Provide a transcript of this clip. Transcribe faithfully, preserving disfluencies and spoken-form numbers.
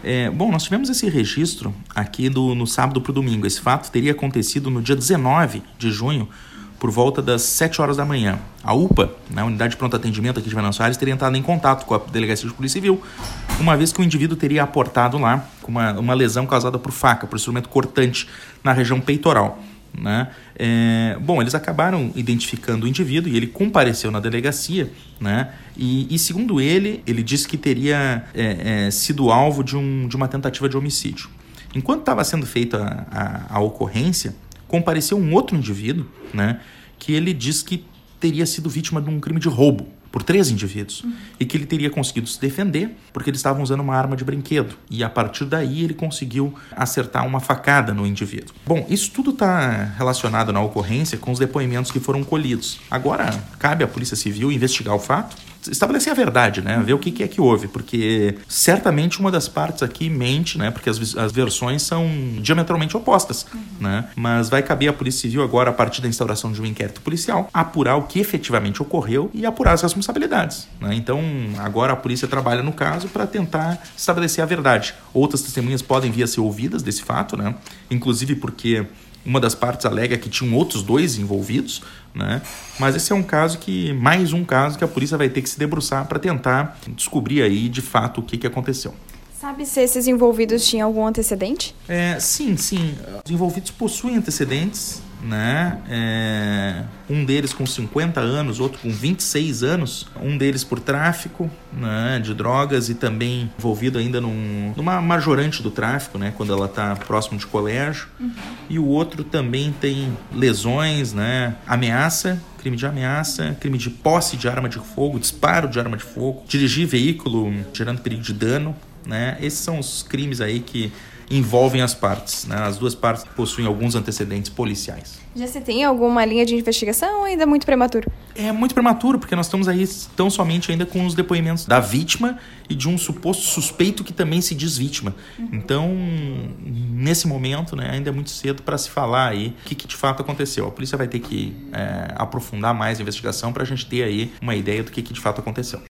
É, bom, nós tivemos esse registro aqui do, no sábado para o domingo. Esse fato teria acontecido no dia dezenove de junho, por volta das sete horas da manhã. A U P A, né, a Unidade de Pronto Atendimento aqui de Venâncio Aires, teria entrado em contato com a Delegacia de Polícia Civil, uma vez que o indivíduo teria aportado lá com uma, uma lesão causada por faca, por instrumento cortante na região peitoral. Né? É, bom, eles acabaram identificando o indivíduo e ele compareceu na delegacia, né? e, e segundo ele, ele disse que teria é, é, sido alvo de, um, de uma tentativa de homicídio. Enquanto estava sendo feita a, a, a ocorrência, compareceu um outro indivíduo, né, que ele diz que teria sido vítima de um crime de roubo por três indivíduos uhum. e que ele teria conseguido se defender porque eles estavam usando uma arma de brinquedo e a partir daí ele conseguiu acertar uma facada no indivíduo. Bom, isso tudo está relacionado na ocorrência com os depoimentos que foram colhidos. Agora, cabe à Polícia Civil investigar o fato, estabelecer a verdade, né? Ver o que é que houve, porque certamente uma das partes aqui mente, né? Porque as, as versões são diametralmente opostas, uhum. né? Mas vai caber à Polícia Civil agora, a partir da instauração de um inquérito policial, apurar o que efetivamente ocorreu e apurar as responsabilidades, né? Então, agora a polícia trabalha no caso para tentar estabelecer a verdade. Outras testemunhas podem vir a ser ouvidas desse fato, né? Inclusive porque uma das partes alega que tinham outros dois envolvidos, né? Mas esse é um caso que, mais um caso que a polícia vai ter que se debruçar para tentar descobrir aí de fato o que, que aconteceu. Sabe se esses envolvidos tinham algum antecedente? É, sim, sim. Os envolvidos possuem antecedentes, né? É, um deles com cinquenta anos, outro com vinte e seis anos, um deles por tráfico, né, de drogas e também envolvido ainda num, numa majorante do tráfico, né, quando ela está próximo de colégio, uhum. e o outro também tem lesões, né, ameaça, crime de ameaça, crime de posse de arma de fogo, disparo de arma de fogo, dirigir veículo gerando perigo de dano, né, esses são os crimes aí que envolvem as partes, né? As duas partes possuem alguns antecedentes policiais. Já se tem alguma linha de investigação ou ainda é muito prematuro? É muito prematuro, porque nós estamos aí tão somente ainda com os depoimentos da vítima e de um suposto suspeito que também se diz vítima. Uhum. Então, nesse momento, né, ainda é muito cedo para se falar aí o que, que de fato aconteceu. A polícia vai ter que é, aprofundar mais a investigação para a gente ter aí uma ideia do que, que de fato aconteceu.